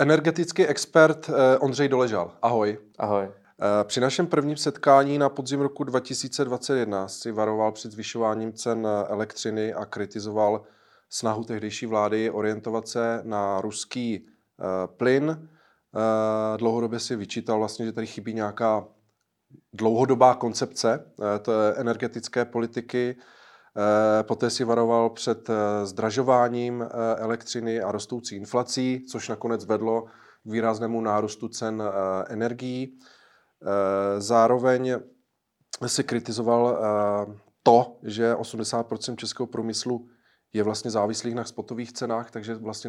Energetický expert Ondřej Doležal. Ahoj. Ahoj. Při našem prvním setkání na podzim roku 2021 si varoval před zvyšováním cen elektřiny a kritizoval snahu tehdejší vlády orientovat se na ruský plyn. Dlouhodobě si vyčítal vlastně, že tady chybí nějaká dlouhodobá koncepce té energetické politiky. Poté si varoval před zdražováním elektřiny a rostoucí inflací, což nakonec vedlo k výraznému nárůstu cen energií. Zároveň si kritizoval to, že 80% českého průmyslu je vlastně závislých na spotových cenách, takže vlastně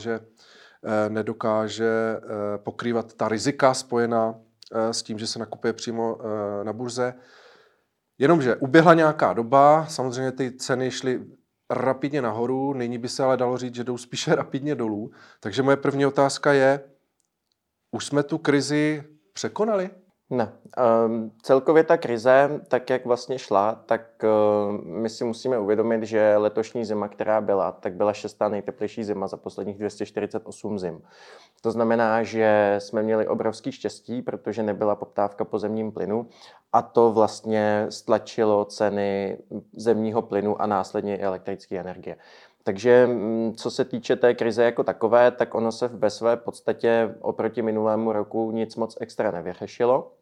nedokáže pokrývat ta rizika spojená s tím, že se nakupuje přímo na burze. Jenomže uběhla nějaká doba, samozřejmě ty ceny šly rapidně nahoru, nyní by se ale dalo říct, že jdou spíše rapidně dolů. Takže moje první otázka je, už jsme tu krizi překonali? Ne. Celkově ta krize, tak jak vlastně šla, tak my si musíme uvědomit, že letošní zima, která byla, tak byla 6. nejteplejší zima za posledních 248 zim. To znamená, že jsme měli obrovský štěstí, protože nebyla poptávka po zemním plynu a to vlastně stlačilo ceny zemního plynu a následně i elektrické energie. Takže co se týče té krize jako takové, tak ono se ve své podstatě oproti minulému roku nic moc extra nevyřešilo.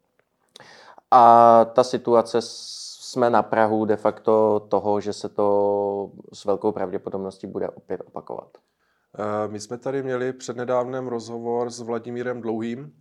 A ta situace jsme na prahu de facto toho, že se to s velkou pravděpodobností bude opět opakovat. My jsme tady měli přednedávnem rozhovor s Vladimírem Dlouhým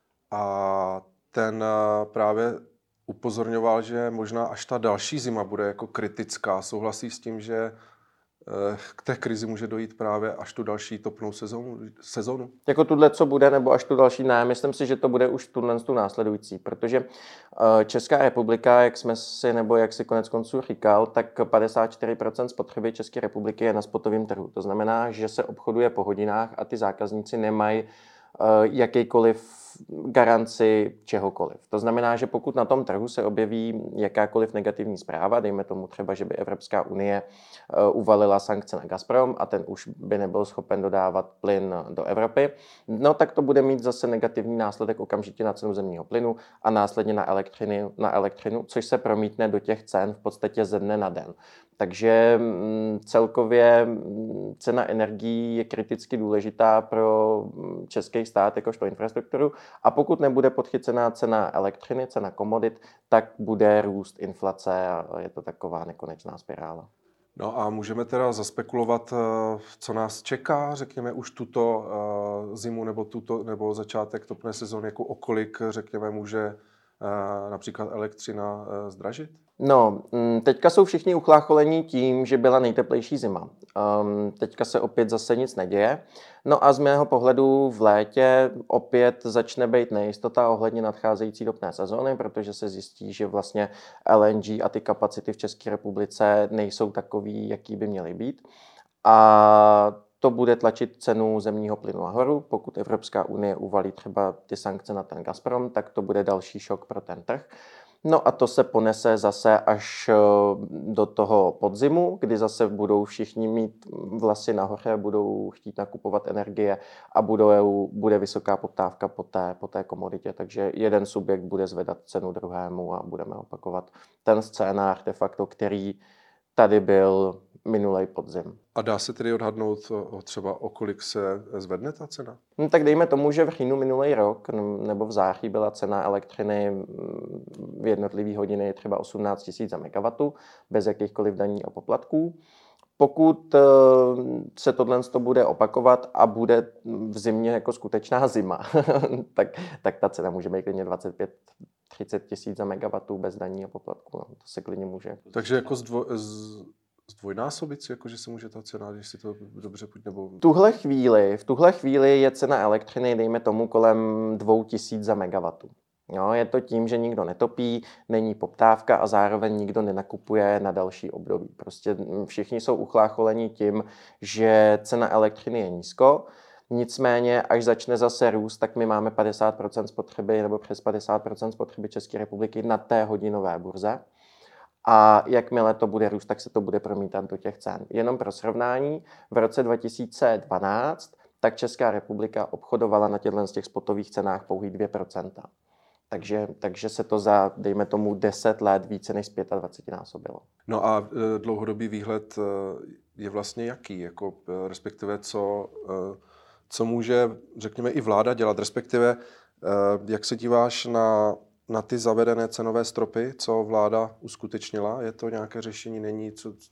a ten právě upozorňoval, že možná až ta další zima bude jako kritická. Souhlasí s tím, že k té krizi může dojít právě až tu další topnou sezónu? Jako tuhle, co bude, nebo až tu další? Ne, myslím si, že to bude už tu následující, protože Česká republika, jak jsme si, nebo jak si konec konců říkal, tak 54% spotřeby České republiky je na spotovém trhu. To znamená, že se obchoduje po hodinách a ty zákazníci nemají jakýkoliv garanci čehokoliv. To znamená, že pokud na tom trhu se objeví jakákoliv negativní zpráva, dejme tomu třeba, že by Evropská unie uvalila sankce na Gazprom a ten už by nebyl schopen dodávat plyn do Evropy, no tak to bude mít zase negativní následek okamžitě na cenu zemního plynu a následně na elektřinu, což se promítne do těch cen v podstatě ze dne na den. Takže celkově cena energií je kriticky důležitá pro český stát jakožto infrastrukturu a pokud nebude podchycená cena elektřiny, cena komodit, tak bude růst inflace a je to taková nekonečná spirála. No a můžeme teda zaspekulovat, co nás čeká, řekněme už tuto zimu nebo začátek topné sezóny, jako o kolik, řekněme, může například elektřina zdražit? No, teďka jsou všichni uchlácholení tím, že byla nejteplejší zima. Teďka se opět zase nic neděje. No a z mého pohledu v létě opět začne být nejistota ohledně nadcházející topné sezóny, protože se zjistí, že vlastně LNG a ty kapacity v České republice nejsou takový, jaký by měly být. A to bude tlačit cenu zemního plynu nahoru. Pokud Evropská unie uvalí třeba ty sankce na ten Gazprom, tak to bude další šok pro ten trh. No a to se ponese zase až do toho podzimu, kdy zase budou všichni mít vlasy nahoře, budou chtít nakupovat energie a bude vysoká poptávka po té komoditě. Takže jeden subjekt bude zvedat cenu druhému a budeme opakovat ten scénář de facto, který tady byl minulý podzim. A dá se tedy odhadnout třeba, o kolik se zvedne ta cena? No, tak dejme tomu, že v říjnu minulý rok nebo v září byla cena elektřiny v jednotlivé hodiny třeba 18 000 za megawattu, bez jakýchkoliv daní a poplatků. Pokud se tohle bude opakovat a bude v zimě jako skutečná zima, tak ta cena může být klidně 25-30 000 za megawattu bez daní a poplatků. No, to se klidně může. Takže jako zdvojnásobit si, jakože se může ta cena, když si to dobře půjde, nebo... V tuhle chvíli je cena elektřiny, dejme tomu, kolem 2000 za megawattu. Jo, je to tím, že nikdo netopí, není poptávka a zároveň nikdo nenakupuje na další období. Prostě všichni jsou uchlácholeni tím, že cena elektřiny je nízko, nicméně až začne zase růst, tak my máme 50% spotřeby nebo přes 50% spotřeby České republiky na té hodinové burze. A jakmile to bude růst, tak se to bude promítat do těch cen. Jenom pro srovnání, v roce 2012 tak Česká republika obchodovala na těchto z těch spotových cenách pouhých 2%. Takže se to za, dejme tomu, 10 let více než z 25 násobilo. No a dlouhodobý výhled je vlastně jaký? Jako, respektive co může, řekněme, i vláda dělat? Respektive, jak se díváš na ty zavedené cenové stropy, co vláda uskutečnila? Je to nějaké řešení? Není?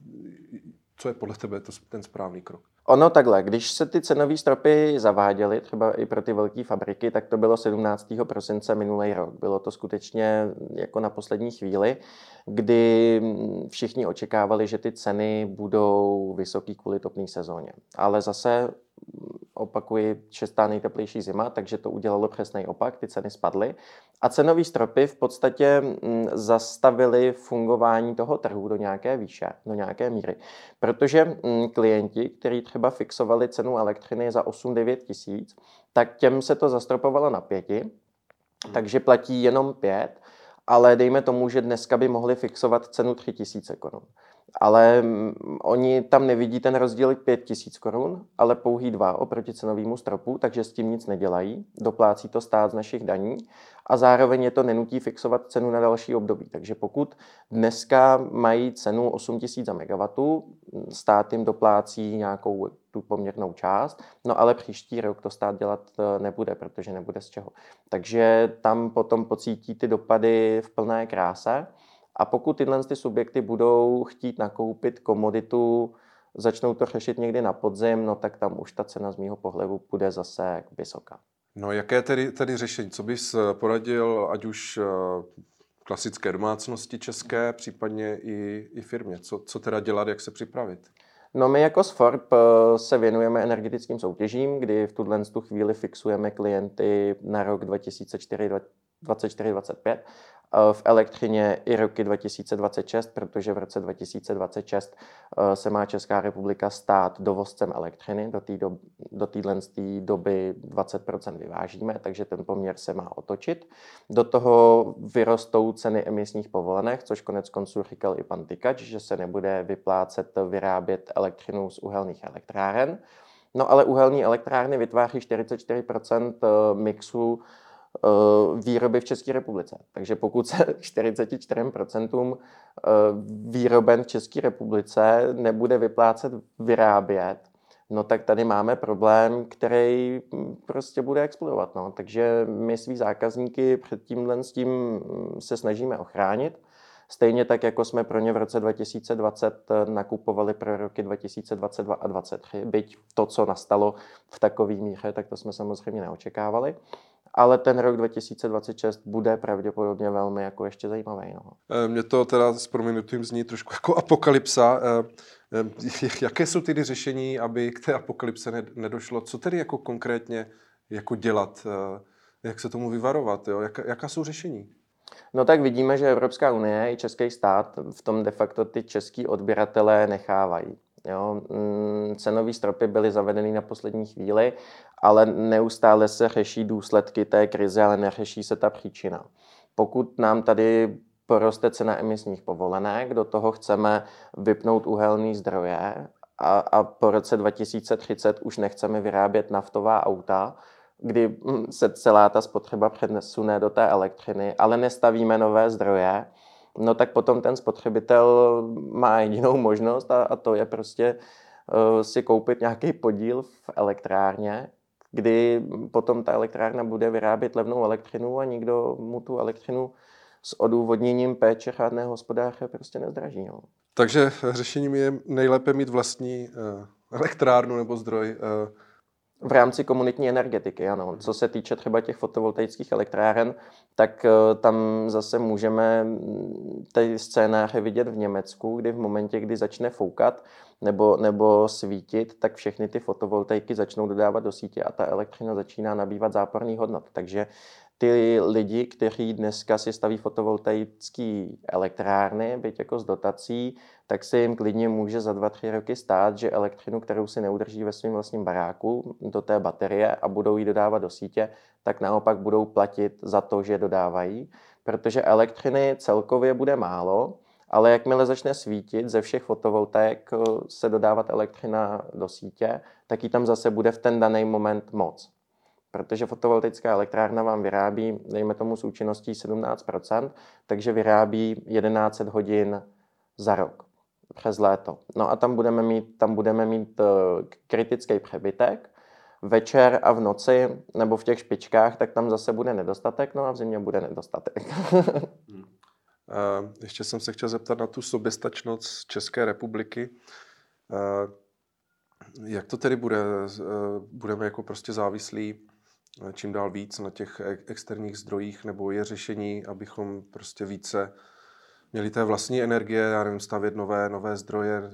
Co je podle tebe ten správný krok? Ono takhle, když se ty cenové stropy zaváděly, třeba i pro ty velké fabriky, tak to bylo 17. prosince minulý rok. Bylo to skutečně jako na poslední chvíli, kdy všichni očekávali, že ty ceny budou vysoký kvůli topné sezóně. Ale zase opakuji, 6. nejteplejší zima, takže to udělalo přesný opak, ty ceny spadly. A cenové stropy v podstatě zastavily fungování toho trhu do nějaké výše, do nějaké míry. Protože klienti, kteří třeba fixovali cenu elektřiny za 8-9 tisíc, tak těm se to zastropovalo na 5, takže platí jenom 5, ale dejme tomu, že dneska by mohli fixovat cenu 3 000 korun. Ale oni tam nevidí ten rozdíl 5 000 korun, ale pouhý 2 oproti cenovému stropu, takže s tím nic nedělají. Doplácí to stát z našich daní a zároveň je to nenutí fixovat cenu na další období. Takže pokud dneska mají cenu 8 000 za megawattu, stát jim doplácí nějakou tu poměrnou část, no ale příští rok to stát dělat nebude, protože nebude z čeho. Takže tam potom pocítí ty dopady v plné kráse. A pokud tyhle ty subjekty budou chtít nakoupit komoditu, začnou to řešit někdy na podzim, no tak tam už ta cena z mýho pohledu bude zase vysoká. No jaké tedy řešení? Co bys poradil, ať už klasické domácnosti české, případně i firmě? Co teda dělat, jak se připravit? No my jako Sforb se věnujeme energetickým soutěžím, kdy v tuhle chvíli fixujeme klienty na rok 2024-2025. V elektřině i roky 2026, protože v roce 2026 se má Česká republika stát dovozcem elektřiny. Do téhle doby 20% vyvážíme, takže ten poměr se má otočit. Do toho vyrostou ceny emisních povolenek, což konec konců říkal i pan Tykač, že se nebude vyplácet vyrábět elektřinu z uhelných elektráren. No ale uhelní elektrárny vytváří 44% mixu výroby v České republice. Takže pokud se 44% výroben v České republice nebude vyplácet vyrábět, no tak tady máme problém, který prostě bude explodovat. No. Takže my svý zákazníky před tímhle s tím se snažíme ochránit. Stejně tak, jako jsme pro ně v roce 2020 nakupovali pro roky 2022 a 2023, byť to, co nastalo v takové míře, tak to jsme samozřejmě neočekávali. Ale ten rok 2026 bude pravděpodobně velmi jako ještě zajímavý. No. Mně to teda s prominutím zní trošku jako apokalypsa. Jaké jsou tedy řešení, aby k té apokalypse nedošlo? Co tedy jako konkrétně jako dělat? Jak se tomu vyvarovat? Jo? Jaká jsou řešení? No tak vidíme, že Evropská unie i český stát v tom de facto ty český odběratelé nechávají. Jo, cenové stropy byly zavedeny na poslední chvíli, ale neustále se řeší důsledky té krize, ale neřeší se ta příčina. Pokud nám tady poroste cena emisních povolenek, do toho chceme vypnout uhelné zdroje a po roce 2030 už nechceme vyrábět naftová auta, kdy se celá ta spotřeba přenesune do té elektřiny, ale nestavíme nové zdroje, no tak potom ten spotřebitel má jedinou možnost a to je prostě si koupit nějaký podíl v elektrárně, kdy potom ta elektrárna bude vyrábět levnou elektřinu a nikdo mu tu elektřinu s odůvodněním péče řádného hospodáře prostě nezdraží. No. Takže řešením je nejlépe mít vlastní elektrárnu nebo zdroj. V rámci komunitní energetiky, ano. Co se týče třeba těch fotovoltaických elektráren, tak tam zase můžeme ty scénáře vidět v Německu, kdy v momentě, kdy začne foukat nebo svítit, tak všechny ty fotovoltaiky začnou dodávat do sítě a ta elektřina začíná nabývat záporný hodnot. Takže ty lidi, kteří dneska si staví fotovoltaické elektrárny, byť jako s dotací, tak se jim klidně může za 2-3 roky stát, že elektřinu, kterou si neudrží ve svém vlastním baráku, do té baterie a budou ji dodávat do sítě, tak naopak budou platit za to, že dodávají, protože elektřiny celkově bude málo ale jakmile začne svítit ze všech fotovoltaik se dodávat elektřina do sítě, tak ji tam zase bude v ten daný moment moc. Protože fotovoltaická elektrárna vám vyrábí, dejme tomu s účinností 17%, takže vyrábí 1100 hodin za rok přes léto. No a tam budeme mít kritický přebytek. Večer a v noci nebo v těch špičkách, tak tam zase bude nedostatek, no a v zimě bude nedostatek. Ještě jsem se chtěl zeptat na tu soběstačnost České republiky. Jak to tedy bude? Budeme jako prostě závislí čím dál víc na těch externích zdrojích, nebo je řešení, abychom prostě více měli té vlastní energie, já nevím, stavět nové zdroje,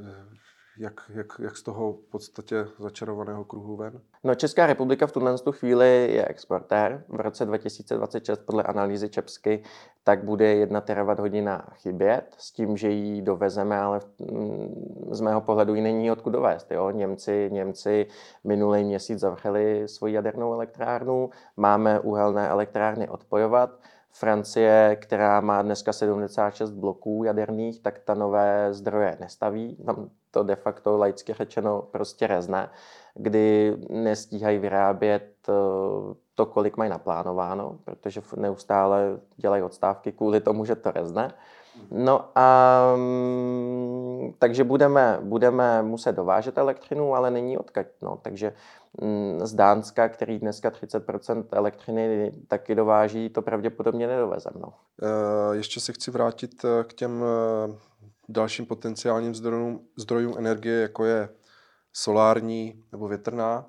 jak z toho v podstatě začarovaného kruhu ven? No, Česká republika v tuhle chvíli je exportér. V roce 2026 podle analýzy ČEPSky tak bude 1 terawatt-hodina chybět, s tím, že ji dovezeme, ale z mého pohledu ji není odkud dovést. Jo? Němci minulý měsíc zavřeli svoji jadernou elektrárnu, máme uhelné elektrárny odpojovat. Francie, která má dneska 76 bloků jaderných, tak ta nové zdroje nestaví. Tam to de facto laicky řečeno prostě rezne, kdy nestíhají vyrábět to, kolik mají naplánováno, protože neustále dělají odstávky kvůli tomu, že to rezne. No a takže budeme muset dovážet elektřinu, ale není odkud. No. Takže z Dánska, který dneska 30% elektřiny taky dováží, to pravděpodobně nedovezem. No. Ještě se chci vrátit k těm dalším potenciálním zdrojům energie, jako je solární nebo větrná.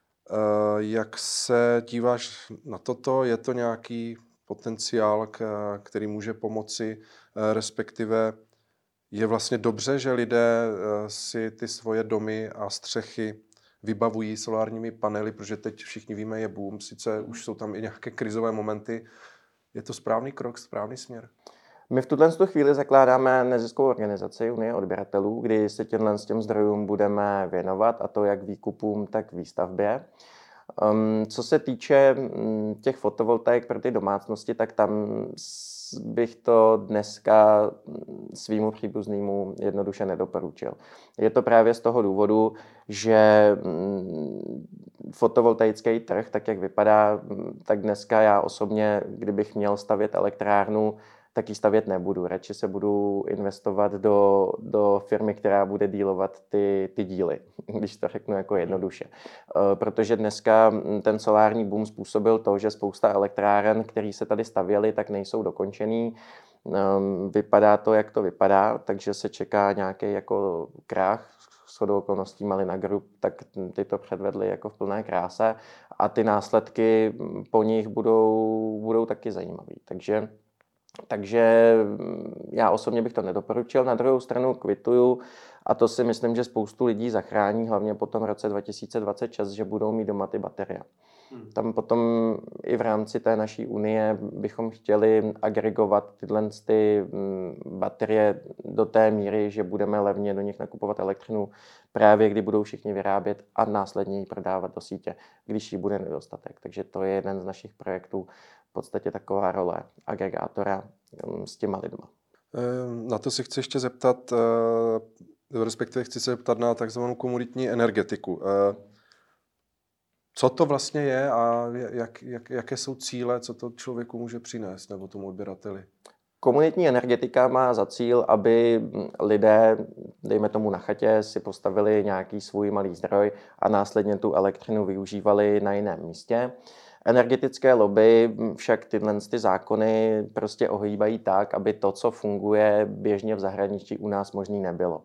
Jak se díváš na toto? Je to nějaký potenciál, který může pomoci, respektive je vlastně dobře, že lidé si ty svoje domy a střechy vybavují solárními panely, protože teď všichni víme, je boom, sice už jsou tam i nějaké krizové momenty. Je to správný krok, správný směr? My v tuto chvíli zakládáme neziskovou organizaci Unie odběratelů, kdy se těm zdrojům budeme věnovat, a to jak výkupům, tak výstavbě. Co se týče těch fotovoltaik pro ty domácnosti, tak tam bych to dneska svýmu příbuznému jednoduše nedoporučil. Je to právě z toho důvodu, že fotovoltaický trh, tak jak vypadá, tak dneska já osobně, kdybych měl stavět elektrárnu, tak ji stavět nebudu. Radši se budu investovat do firmy, která bude dílovat ty díly, když to řeknu jako jednoduše. Protože dneska ten solární boom způsobil to, že spousta elektráren, které se tady stavěly, tak nejsou dokončený. Vypadá to, jak to vypadá, takže se čeká nějaký jako krach. Shodou okolností Malina Group, tak ty to předvedli jako v plné kráse a ty následky po nich budou taky zajímavý. Takže já osobně bych to nedoporučil. Na druhou stranu kvituju, a to si myslím, že spoustu lidí zachrání, hlavně po tom roce 2026, že budou mít doma ty baterie. Tam potom i v rámci té naší unie bychom chtěli agregovat tyhle baterie do té míry, že budeme levně do nich nakupovat elektřinu právě kdy budou všichni vyrábět a následně ji prodávat do sítě, když jí bude nedostatek. Takže to je jeden z našich projektů, v podstatě taková role agregátora s těma lidma. Na to se chci ještě zeptat, respektive chci se zeptat na takzvanou komunitní energetiku. Co to vlastně je a jaké jsou cíle, co to člověku může přinést nebo tomu odběrateli? Komunitní energetika má za cíl, aby lidé, dejme tomu na chatě, si postavili nějaký svůj malý zdroj a následně tu elektřinu využívali na jiném místě. Energetické lobby však tyhle zákony prostě ohýbají tak, aby to, co funguje běžně v zahraničí, u nás možný nebylo.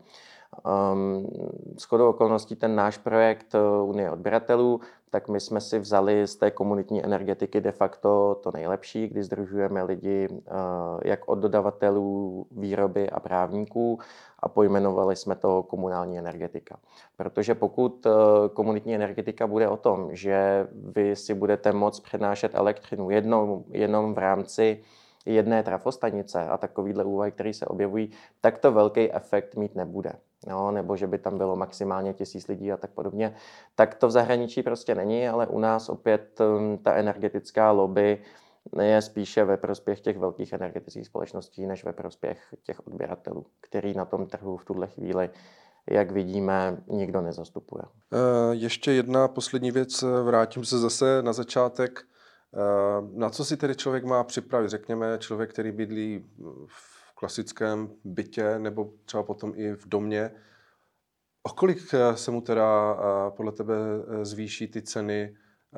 Shodou okolností ten náš projekt Unie odběratelů, tak my jsme si vzali z té komunitní energetiky de facto to nejlepší, kdy sdružujeme lidi jak od dodavatelů, výroby a právníků a pojmenovali jsme to komunální energetika. Protože pokud komunitní energetika bude o tom, že vy si budete moct přenášet elektřinu jenom v rámci jedné trafostanice a takovýhle úvahy, které se objevují, tak to velký efekt mít nebude. No, nebo že by tam bylo maximálně 1000 lidí a tak podobně. Tak to v zahraničí prostě není, ale u nás opět ta energetická lobby je spíše ve prospěch těch velkých energetických společností, než ve prospěch těch odběratelů, který na tom trhu v tuhle chvíli, jak vidíme, nikdo nezastupuje. Ještě jedna poslední věc, vrátím se zase na začátek. Na co si tedy člověk má připravit? Řekněme, člověk, který bydlí v klasickém bytě nebo třeba potom i v domě. O kolik se mu teda podle tebe zvýší ty ceny,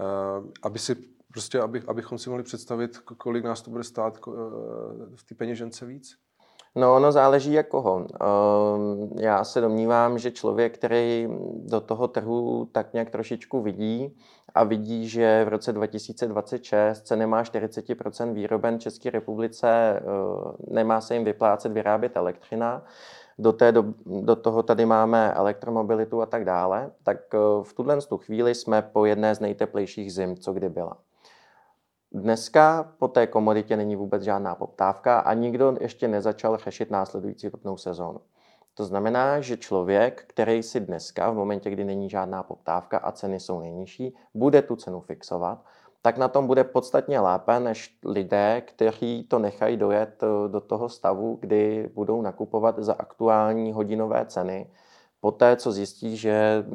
abychom si mohli představit, kolik nás to bude stát v té peněžence víc? No, ono záleží jak koho. Já se domnívám, že člověk, který do toho trhu tak nějak trošičku vidí a vidí, že v roce 2026 se nemá 40% výroben v České republice, nemá se jim vyplácet vyrábět elektřina, do toho tady máme elektromobilitu a tak dále, tak v tuhle chvíli jsme po jedné z nejteplejších zim, co kdy byla. Dneska po té komoditě není vůbec žádná poptávka a nikdo ještě nezačal řešit následující topnou sezónu. To znamená, že člověk, který si dneska, v momentě, kdy není žádná poptávka a ceny jsou nejnižší, bude tu cenu fixovat, tak na tom bude podstatně lépe než lidé, kteří to nechají dojet do toho stavu, kdy budou nakupovat za aktuální hodinové ceny, poté, co zjistí, že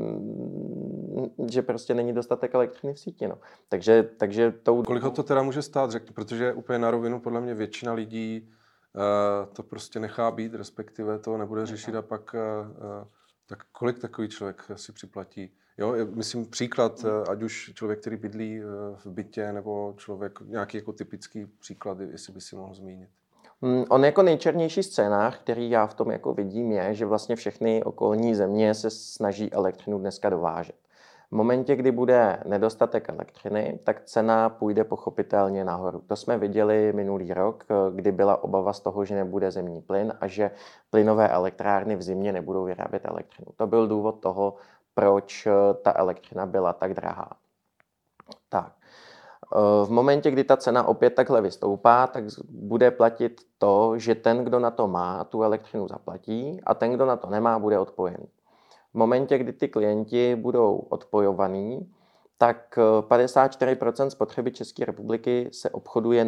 prostě není dostatek elektřiny v síti. No. Takže Kolik ho to teda může stát, řekni, protože úplně na rovinu podle mě většina lidí to prostě nechá být, respektive to nebude řešit a pak tak kolik takový člověk si připlatí? Jo, myslím příklad, ať už člověk, který bydlí v bytě, nebo člověk, nějaký jako typický příklad, jestli by si mohl zmínit. On jako nejčernější scénář, který já v tom jako vidím, je, že vlastně všechny okolní země se snaží elektřinu dneska dovážet. V momentě, kdy bude nedostatek elektřiny, tak cena půjde pochopitelně nahoru. To jsme viděli minulý rok, kdy byla obava z toho, že nebude zemní plyn a že plynové elektrárny v zimě nebudou vyrábět elektřinu. To byl důvod toho, proč ta elektřina byla tak drahá. Tak. V momentě, kdy ta cena opět takhle vystoupá, tak bude platit to, že ten, kdo na to má, tu elektřinu zaplatí a ten, kdo na to nemá, bude odpojený. V momentě, kdy ty klienti budou odpojovaní, tak 54% spotřeby České republiky se obchoduje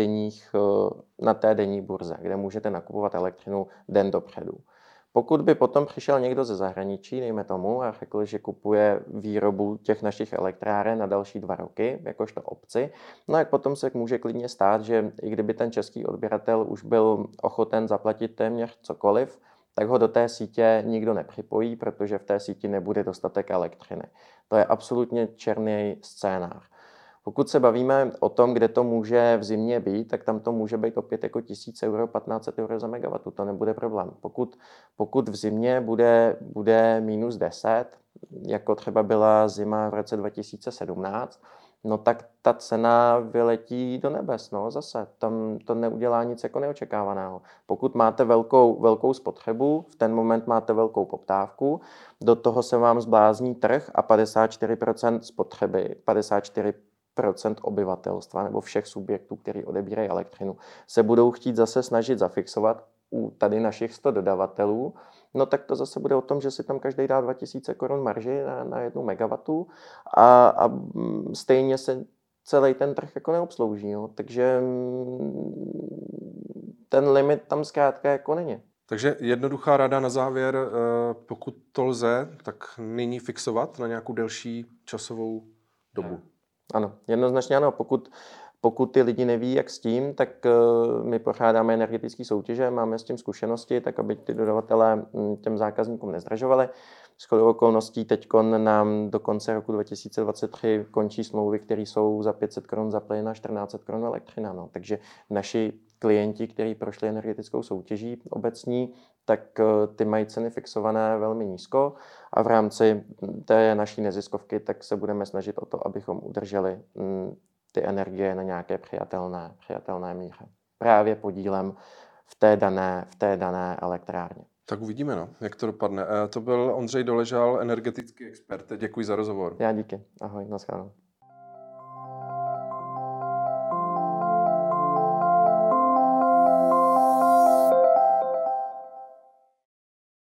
na té denní burze, kde můžete nakupovat elektřinu den dopředu. Pokud by potom přišel někdo ze zahraničí, dejme tomu, a řekl, že kupuje výrobu těch našich elektráren na další 2 roky, jakožto obci, no jak potom se může klidně stát, že i kdyby ten český odběratel už byl ochoten zaplatit téměř cokoliv, tak ho do té sítě nikdo nepřipojí, protože v té síti nebude dostatek elektřiny. To je absolutně černý scénář. Pokud se bavíme o tom, kde to může v zimě být, tak tam to může být opět jako 1000 euro, 1500 euro za megawattu, to nebude problém. Pokud v zimě bude minus 10, jako třeba byla zima v roce 2017, no tak ta cena vyletí do nebes, no zase, tam to neudělá nic jako neočekávaného. Pokud máte velkou spotřebu, v ten moment máte velkou poptávku, do toho se vám zblázní trh a 54% spotřeby, 54% obyvatelstva nebo všech subjektů, který odebírají elektřinu, se budou chtít zase snažit zafixovat u tady našich 100 dodavatelů, no tak to zase bude o tom, že si tam každý dá 2000 korun marži na 1 megawattu a stejně se celý ten trh jako neobslouží. Jo. Takže ten limit tam zkrátka jako není. Takže jednoduchá rada na závěr, pokud to lze, tak nyní fixovat na nějakou delší časovou dobu. Ano, jednoznačně ano. Pokud ty lidi neví, jak s tím, tak my pořádáme energetické soutěže, máme s tím zkušenosti, tak aby ty dodavatelé těm zákazníkům nezdražovali. Shodou okolností teď nám do konce roku 2023 končí smlouvy, které jsou za 500 korun za plyn a 1400 korun elektřina. No. Takže naši klienti, kteří prošli energetickou soutěží obecní, tak ty mají ceny fixované velmi nízko a v rámci té naší neziskovky tak se budeme snažit o to, abychom udrželi ty energie na nějaké přijatelné míře. Právě podílem v té dané elektrárně. Tak uvidíme, no, jak to dopadne. To byl Ondřej Doležal, energetický expert. Děkuji za rozhovor. Já díky. Ahoj, nashledanou.